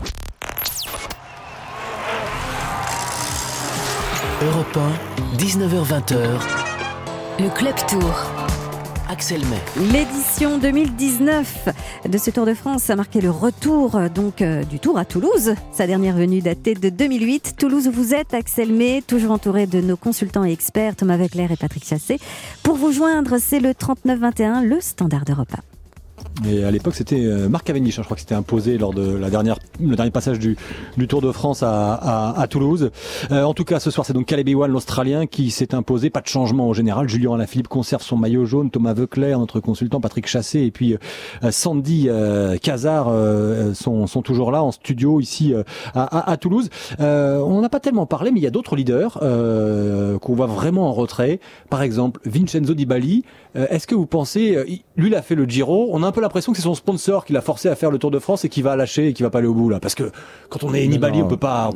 [SPEAKER 2] Europe 1, 19h-20h.
[SPEAKER 1] Le Club Tour.
[SPEAKER 2] Axel May.
[SPEAKER 3] L'édition 2019 de ce Tour de France a marqué le retour du Tour à Toulouse. Sa dernière venue datait de 2008. Toulouse où vous êtes, Axel May, toujours entouré de nos consultants et experts Thomas Voeckler et Patrick Chassé. Pour vous joindre, c'est le 39 21, le standard d'Europe 1.
[SPEAKER 4] Et à l'époque, c'était Mark Cavendish, je crois que c'était imposé lors de le dernier passage du Tour de France à Toulouse. En tout cas, ce soir, c'est donc Caleb Ewan, l'Australien, qui s'est imposé. Pas de changement au général. Julien Alaphilippe conserve son maillot jaune. Thomas Voeckler, notre consultant, Patrick Chassé, et puis Sandy Cazard sont toujours là en studio ici à Toulouse. On n'a pas tellement parlé, mais il y a d'autres leaders qu'on voit vraiment en retrait. Par exemple, Vincenzo Nibali. Est-ce que vous pensez, lui, il a fait le Giro. On a un peu l'impression que c'est son sponsor qui l'a forcé à faire le Tour de France et qui va lâcher et qui va pas aller au bout là. Parce que quand on est Nibali, on peut pas.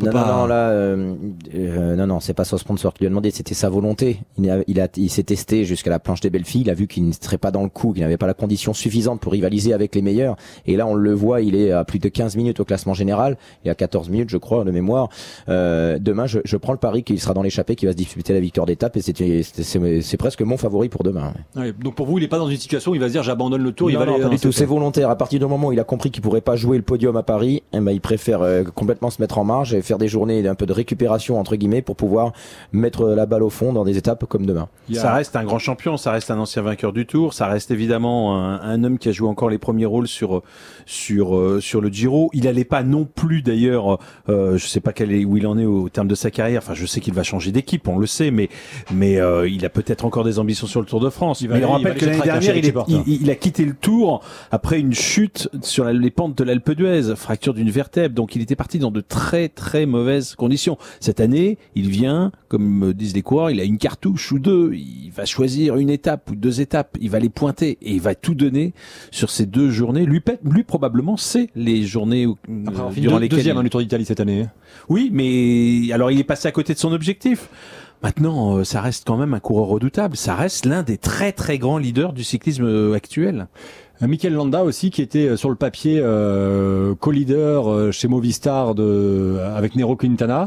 [SPEAKER 7] Non, c'est pas son sponsor qui lui a demandé, c'était sa volonté. Il s'est testé jusqu'à la planche des belles filles. Il a vu qu'il ne serait pas dans le coup, qu'il n'avait pas la condition suffisante pour rivaliser avec les meilleurs. Et là, on le voit, il est à plus de 15 minutes au classement général. Il y a 14 minutes, je crois, de mémoire. Demain, je prends le pari qu'il sera dans l'échappée, qu'il va se disputer la victoire d'étape. Et c'est presque mon favori pour demain.
[SPEAKER 4] Ouais, donc pour vous, il est pas dans une situation où il va se dire j'abandonne le Tour. Il va aller.
[SPEAKER 7] Pas du tout. C'est volontaire. À partir du moment où il a compris qu'il pourrait pas jouer le podium à Paris, il préfère complètement se mettre en marge et faire des journées d'un peu de récupération entre guillemets pour pouvoir mettre la balle au fond dans des étapes comme demain.
[SPEAKER 8] Ça reste un grand champion, ça reste un ancien vainqueur du Tour, ça reste évidemment un homme qui a joué encore les premiers rôles sur le Giro. Il allait pas non plus d'ailleurs, je sais pas où il en est au terme de sa carrière. Enfin, je sais qu'il va changer d'équipe, on le sait, mais il a peut-être encore des ambitions sur le Tour de France. On rappelle que l'année dernière, il a quitté le Tour après une chute sur les pentes de l'Alpe d'Huez, fracture d'une vertèbre. Donc il était parti dans de très très mauvaises conditions. Cette année, il vient, comme disent les coureurs, il a une cartouche ou deux. Il va choisir une étape ou deux étapes. Il va les pointer et il va tout donner sur ces 2 journées. Lui probablement, c'est les journées durant lesquelles...
[SPEAKER 4] Deuxième du Tour d'Italie cette année.
[SPEAKER 8] Oui, mais alors il est passé à côté de son objectif. Maintenant, ça reste quand même un coureur redoutable. Ça reste l'un des très très grands leaders du cyclisme actuel.
[SPEAKER 4] Mikel Landa aussi, qui était sur le papier co-leader chez Movistar avec Nairo Quintana.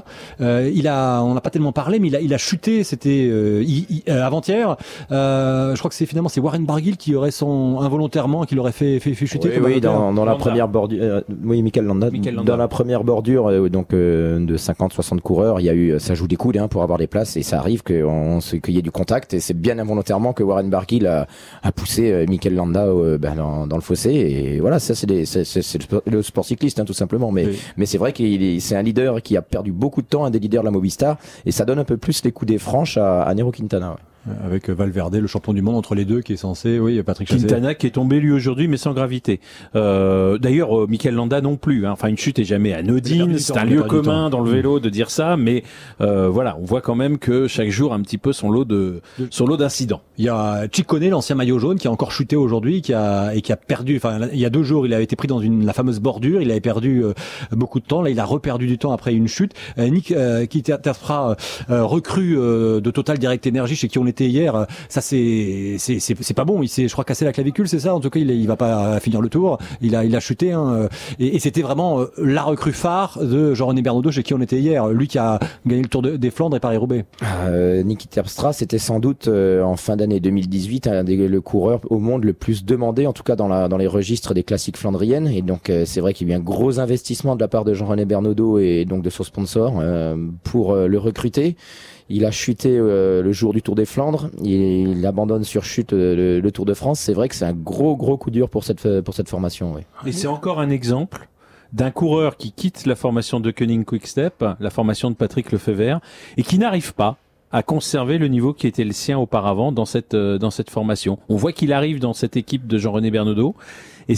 [SPEAKER 4] On n'a pas tellement parlé, mais il a chuté. C'était avant-hier. Je crois que c'est Warren Barguil qui aurait involontairement qui l'aurait fait chuter.
[SPEAKER 7] Oui, dans la première bordure. Oui, Mikel Landa. Dans la première bordure, de 50-60 coureurs, ça joue des coudes pour avoir des places, et ça arrive qu'il y ait du contact, et c'est bien involontairement que Warren Barguil a poussé Mikel Landa dans le fossé, et voilà, ça c'est le sport cycliste tout simplement, mais c'est vrai c'est un leader qui a perdu beaucoup de temps, un des leaders de la Movistar, et ça donne un peu plus les coups des franches à Nairo Quintana. Ouais.
[SPEAKER 4] Avec Valverde, le champion du monde entre les deux, qui est censé, Patrick Chassé.
[SPEAKER 8] Quintana qui est tombé lui aujourd'hui, mais sans gravité. D'ailleurs, Mikel Landa non plus. Enfin, une chute est jamais anodine. C'est un lieu commun dans le vélo de dire ça, mais voilà, on voit quand même que chaque jour un petit peu son lot d'incidents.
[SPEAKER 4] Il y a Ciccone, l'ancien maillot jaune, qui a encore chuté aujourd'hui, qui a perdu. Enfin, il y a 2 jours, il avait été pris dans la fameuse bordure. Il avait perdu beaucoup de temps. Là, il a reperdu du temps après une chute. Nick Terpstra, recrue de Total Direct Energy, chez qui on était hier, ça c'est pas bon. Il s'est, je crois, cassé la clavicule, c'est ça. En tout cas, il va pas finir le tour. Il a chuté, et c'était vraiment la recrue phare de Jean-René Bernaudot, chez qui on était hier. Lui qui a gagné le Tour des Flandres et Paris-Roubaix.
[SPEAKER 7] Niki Terpstra, c'était sans doute en fin d'année 2018 le coureur au monde le plus demandé, en tout cas dans les registres des classiques flandriennes. Et donc c'est vrai qu'il y a eu un gros investissement de la part de Jean-René Bernaudot et donc de son sponsor pour le recruter. Il a chuté le jour du Tour des Flandres. Il abandonne sur chute le Tour de France. C'est vrai que c'est un gros coup dur pour cette formation. Oui.
[SPEAKER 8] Et c'est encore un exemple d'un coureur qui quitte la formation de Koenig Quick-Step, la formation de Patrick Lefebvre, et qui n'arrive pas à conserver le niveau qui était le sien auparavant dans cette formation. On voit qu'il arrive dans cette équipe de Jean-René Bernaudot, et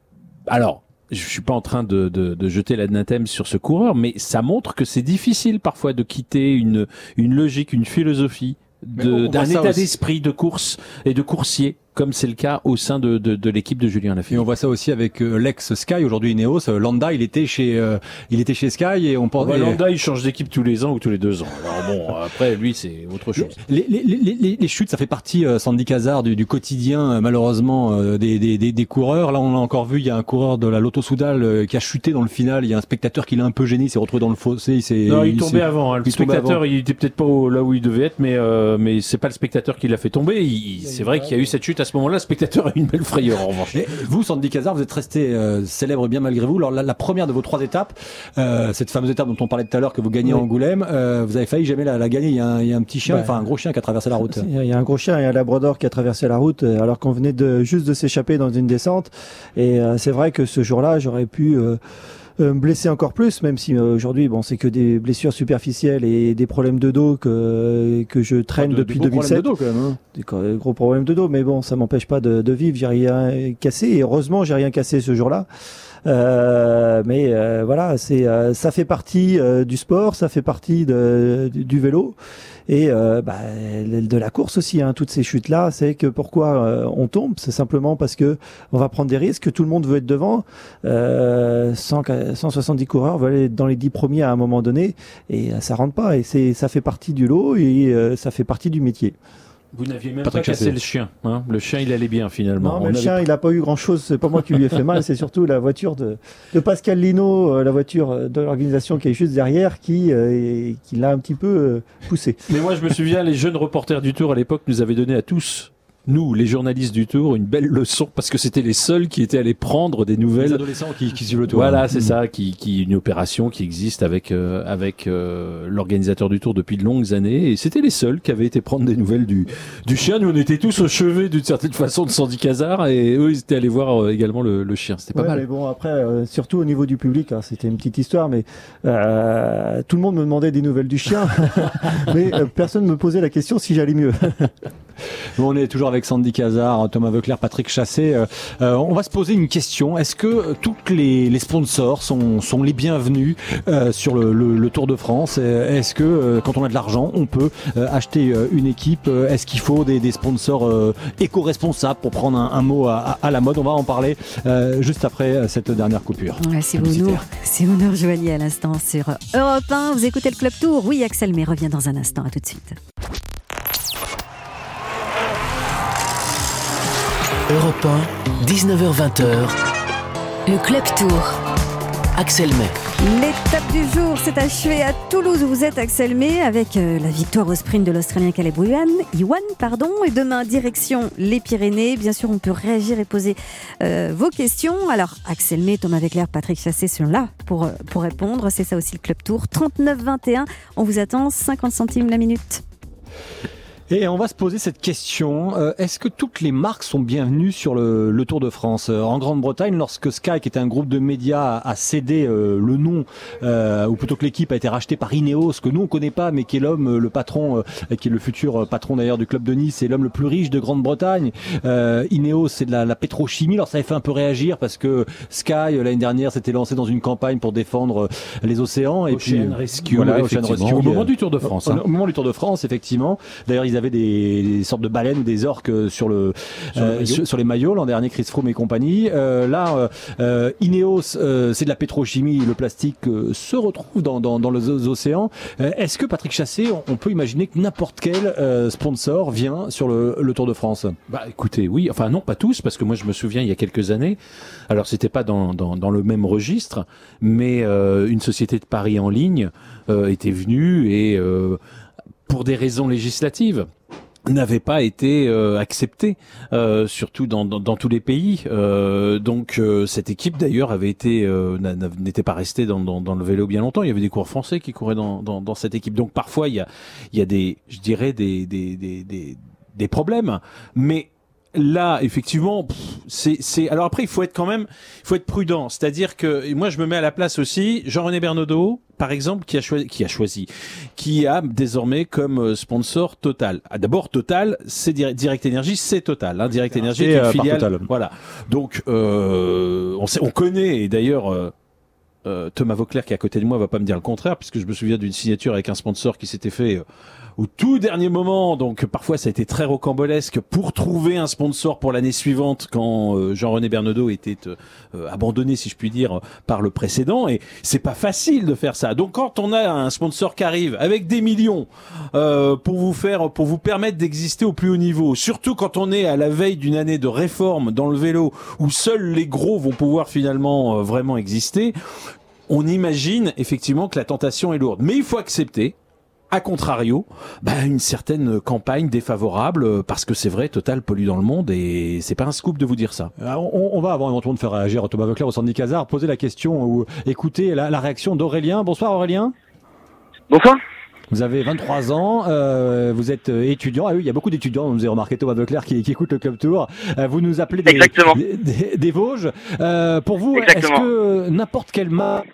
[SPEAKER 8] je suis pas en train de jeter l'anathème sur ce coureur, mais ça montre que c'est difficile parfois de quitter une logique, une philosophie d'un état d'esprit de course et de coursier, comme c'est le cas au sein de l'équipe de Julien Lafilippe.
[SPEAKER 4] Et on voit ça aussi avec l'ex Sky, aujourd'hui Ineos. Landa, il était chez Sky, et on pense.
[SPEAKER 8] Landa, il change d'équipe tous les ans ou tous les 2 ans. Alors bon, après lui, c'est autre chose.
[SPEAKER 4] Les chutes, ça fait partie, Sandy Cazard, du quotidien, malheureusement, des coureurs. Là, on l'a encore vu, il y a un coureur de la Lotto Soudal qui a chuté dans le final. Il y a un spectateur qui l'a un peu gêné, il s'est retrouvé dans le fossé.
[SPEAKER 8] Il tombait avant. Le spectateur, il était peut-être pas là où il devait être, mais c'est pas le spectateur qui l'a fait tomber. C'est vrai qu'il y a eu cette chute à ce moment-là. Le spectateur a eu une belle frayeur en revanche.
[SPEAKER 4] Et vous, Sandy Cazard, vous êtes resté célèbre bien malgré vous. Alors la première de vos 3 étapes, cette fameuse étape dont on parlait tout à l'heure que vous gagnez à Angoulême, vous avez failli jamais la gagner. Il y a un petit chien, un gros chien qui a traversé la route.
[SPEAKER 5] Il y a un gros chien et un labrador qui a traversé la route alors qu'on venait juste de s'échapper dans une descente. Et c'est vrai que ce jour-là, j'aurais pu me blesser encore plus, même si aujourd'hui c'est que des blessures superficielles et des problèmes de dos que je traîne depuis 2007. Des gros problèmes de dos, mais bon, ça m'empêche pas de vivre. J'ai rien cassé, et heureusement j'ai rien cassé ce jour-là. Voilà, ça fait partie du sport, ça fait partie du vélo, et de la course aussi. Toutes ces chutes là, c'est que pourquoi on tombe, c'est simplement parce que on va prendre des risques, que tout le monde veut être devant. 170 coureurs veulent être dans les 10 premiers à un moment donné, et ça rentre pas, et ça fait partie du lot, et ça fait partie du métier.
[SPEAKER 8] Vous n'aviez même pas cassé le chien. Le chien, il allait bien finalement.
[SPEAKER 5] Non, mais le chien, il n'a pas eu grand-chose. C'est pas moi qui lui ai fait mal. C'est surtout la voiture de Pascal Lino, la voiture de l'organisation qui est juste derrière, qui l'a un petit peu poussé.
[SPEAKER 8] Mais moi, je me souviens, les jeunes reporters du Tour à l'époque nous avaient donné à tous, nous, les journalistes du Tour, une belle leçon, parce que c'était les seuls qui étaient allés prendre des nouvelles.
[SPEAKER 4] Les adolescents qui suivent le Tour.
[SPEAKER 8] Voilà, c'est ça, une opération qui existe avec l'organisateur du Tour depuis de longues années, et c'était les seuls qui avaient été prendre des nouvelles du chien. Nous, on était tous au chevet d'une certaine façon de Sandy Cazard, et eux, ils étaient allés voir également le chien. C'était pas mal.
[SPEAKER 5] Mais bon, après, surtout au niveau du public, c'était une petite histoire, mais tout le monde me demandait des nouvelles du chien, mais personne me posait la question si j'allais mieux.
[SPEAKER 4] On est toujours avec Sandy Cazard, Thomas Voeckler, Patrick Chassé. On va se poser une question. Est-ce que tous les sponsors sont les bienvenus sur le Tour de France? Est-ce que quand on a de l'argent, on peut acheter une équipe? Est-ce qu'il faut des sponsors éco-responsables, pour prendre un mot à la mode? On va en parler juste après cette dernière coupure.
[SPEAKER 3] Si vous nous rejoignez à l'instant sur Europe 1, vous écoutez le Club Tour. Oui, Axel May revient dans un instant. À tout de suite.
[SPEAKER 2] Europe 1, 19h-20h,
[SPEAKER 1] Le Club Tour.
[SPEAKER 2] Axel May.
[SPEAKER 3] L'étape du jour s'est achevée à Toulouse où vous êtes, Axel May, avec la victoire au sprint de l'Australien Caleb Ewan. Et demain, direction les Pyrénées. Bien sûr, on peut réagir et poser vos questions. Alors, Axel May, Thomas Voeckler, Patrick Chassé sont là pour répondre. C'est ça aussi le Club Tour. 39-21, on vous attend, 50 centimes la minute.
[SPEAKER 4] Et on va se poser cette question, est-ce que toutes les marques sont bienvenues sur le Tour de France ? En Grande-Bretagne, lorsque Sky, qui était un groupe de médias, a cédé le nom, ou plutôt que l'équipe a été rachetée par Ineos, que nous on connaît pas, mais qui est l'homme, le patron, qui est le futur patron d'ailleurs du club de Nice, et l'homme le plus riche de Grande-Bretagne. Ineos, c'est de la pétrochimie, alors ça avait fait un peu réagir parce que Sky, l'année dernière, s'était lancé dans une campagne pour défendre les océans. Et
[SPEAKER 8] Ocean
[SPEAKER 4] puis,
[SPEAKER 8] Rescue,
[SPEAKER 4] voilà,
[SPEAKER 8] Ocean Rescue, au moment du Tour de France.
[SPEAKER 4] Au moment du Tour de France, effectivement. D'ailleurs, ils avaient des sortes de baleines ou des orques sur les maillots l'an dernier, Chris Froome et compagnie. Ineos, c'est de la pétrochimie, le plastique se retrouve dans les océans. Est-ce que, Patrick Chassé, on peut imaginer que n'importe quel sponsor vient sur le Tour de France ?
[SPEAKER 8] Bah écoutez, oui, enfin non, pas tous, parce que moi je me souviens il y a quelques années, alors c'était pas dans le même registre, mais une société de paris en ligne était venue et pour des raisons législatives n'avait pas été accepté, surtout dans tous les pays. Donc cette équipe d'ailleurs avait été n'était pas restée dans le vélo bien longtemps. Il y avait des coureurs français qui couraient dans cette équipe. Donc parfois il y a des, je dirais des problèmes, mais là, effectivement, c'est. Alors après, il faut être prudent. C'est-à-dire que moi, je me mets à la place aussi. Jean-René Bernaudot, par exemple, qui a désormais comme sponsor Total. Ah, d'abord, Total, c'est Direct Énergie, c'est Total. Hein, Direct Énergie est une filiale. Total. Voilà. Donc, on connaît. Et d'ailleurs. Thomas Voeckler qui est à côté de moi va pas me dire le contraire, puisque je me souviens d'une signature avec un sponsor qui s'était fait au tout dernier moment, donc parfois ça a été très rocambolesque pour trouver un sponsor pour l'année suivante quand Jean-René Bernaudot était abandonné, si je puis dire, par le précédent, et c'est pas facile de faire ça. Donc quand on a un sponsor qui arrive avec des millions pour vous permettre d'exister au plus haut niveau, surtout quand on est à la veille d'une année de réforme dans le vélo où seuls les gros vont pouvoir finalement vraiment exister, on imagine effectivement que la tentation est lourde. Mais il faut accepter, à contrario, une certaine campagne défavorable, parce que c'est vrai, Total pollue dans le monde, et c'est pas un scoop de vous dire ça.
[SPEAKER 4] Alors, on va, avant éventuellement de faire réagir Thomas Voeckler au Sandy Cazard, poser la question ou écouter la réaction d'Aurélien. Bonsoir Aurélien.
[SPEAKER 10] Bonsoir.
[SPEAKER 4] Vous avez 23 ans, vous êtes étudiant. Ah oui, il y a beaucoup d'étudiants, vous avez remarqué Thomas Voeckler qui écoute le Club Tour. Vous nous appelez des Vosges. Pour vous, exactement. Est-ce que n'importe quelle marque...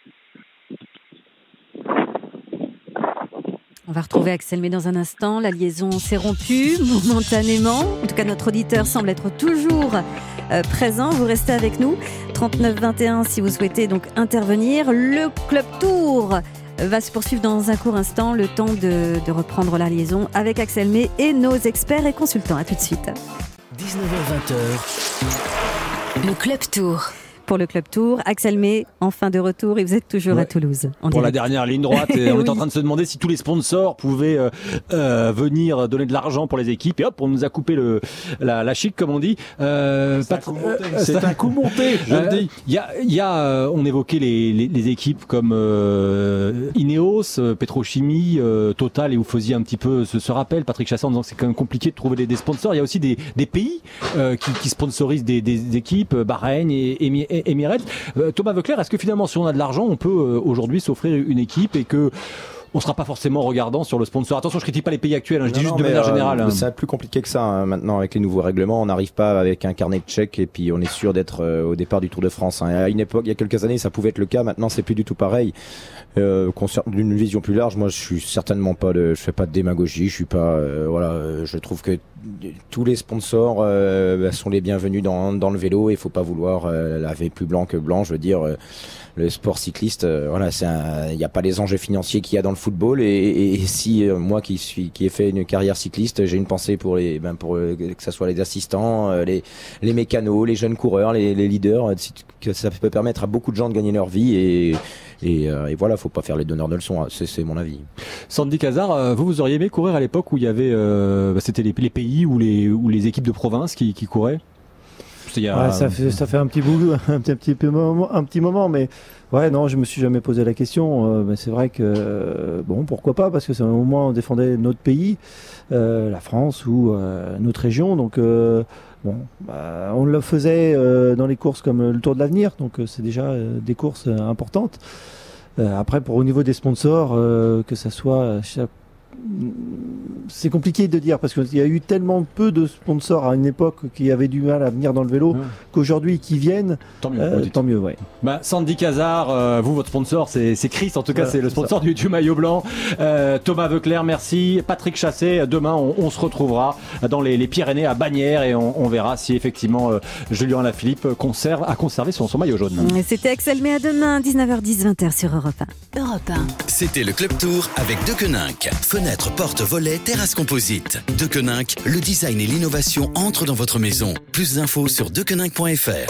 [SPEAKER 3] On va retrouver Axel May dans un instant. La liaison s'est rompue momentanément. En tout cas, notre auditeur semble être toujours présent. Vous restez avec nous. 39-21 si vous souhaitez donc intervenir. Le Club Tour va se poursuivre dans un court instant. Le temps de reprendre la liaison avec Axel May et nos experts et consultants. À tout de suite.
[SPEAKER 2] 19h-20h.
[SPEAKER 1] Le Club Tour.
[SPEAKER 3] Pour le Club Tour, Axel May en fin de retour et vous êtes toujours à Toulouse.
[SPEAKER 4] Pour la dernière ligne droite, on est en train de se demander si tous les sponsors pouvaient venir donner de l'argent pour les équipes, et hop, on nous a coupé la chic comme on dit.
[SPEAKER 8] C'est un coup monté, je le dis.
[SPEAKER 4] Il y a on évoquait les équipes comme Ineos, Pétrochimie, Total, et vous faisiez un petit peu ce rappel, Patrick Chassé, en disant que c'est quand même compliqué de trouver des sponsors. Il y a aussi des pays qui sponsorisent des équipes, Bahreïn et Emirates. Thomas Voeckler, est-ce que finalement, si on a de l'argent, on peut aujourd'hui s'offrir une équipe et que on sera pas forcément regardant sur le sponsor? Attention, je critique pas les pays actuels, je dis juste de manière générale.
[SPEAKER 7] C'est plus compliqué que ça maintenant avec les nouveaux règlements. On n'arrive pas avec un carnet de chèques et puis on est sûr d'être au départ du Tour de France. À une époque, il y a quelques années, ça pouvait être le cas. Maintenant, c'est plus du tout pareil. Concernant une vision plus large, moi, je suis certainement pas je fais pas de démagogie. Je suis pas, je trouve que tous les sponsors sont les bienvenus dans le vélo. Il faut pas vouloir laver plus blanc que blanc. Je veux dire. Le sport cycliste, il n'y a pas les enjeux financiers qu'il y a dans le football, et si moi qui ai fait une carrière cycliste, j'ai une pensée pour que ça soit les assistants, les mécanos, les jeunes coureurs, les leaders, que ça peut permettre à beaucoup de gens de gagner leur vie, et voilà, faut pas faire les donneurs de leçons, c'est mon avis.
[SPEAKER 4] Sandy Cazard, vous auriez aimé courir à l'époque où il y avait c'était les pays ou les équipes de province qui couraient?
[SPEAKER 5] ça fait un petit bout, un petit moment, mais ouais, non, je me suis jamais posé la question. Mais c'est vrai que bon, pourquoi pas, parce que c'est un moment où on défendait notre pays, la France ou notre région, donc. On le faisait dans les courses comme le Tour de l'Avenir, donc c'est déjà des courses importantes. Après, au niveau des sponsors, que ça soit... C'est compliqué de dire parce qu'il y a eu tellement peu de sponsors à une époque qui avaient du mal à venir dans le vélo qu'aujourd'hui qui viennent, tant mieux, ouais.
[SPEAKER 4] Sandy Cazard, vous, votre sponsor, c'est Chris, en tout cas, c'est le sponsor du maillot blanc. Thomas Veuclair, merci. Patrick Chassé, demain, on se retrouvera dans les Pyrénées à Bagnères et on verra si effectivement Julien Alaphilippe a conservé son maillot jaune.
[SPEAKER 3] C'était Axel, mais à demain, 19h10, 20h sur Europe 1.
[SPEAKER 1] Europe 1.
[SPEAKER 2] C'était le Club Tour avec Deceuninck. Fenêtres, portes, volets, terrasse composite. Deceuninck, le design et l'innovation entrent dans votre maison. Plus d'infos sur deceuninck.fr.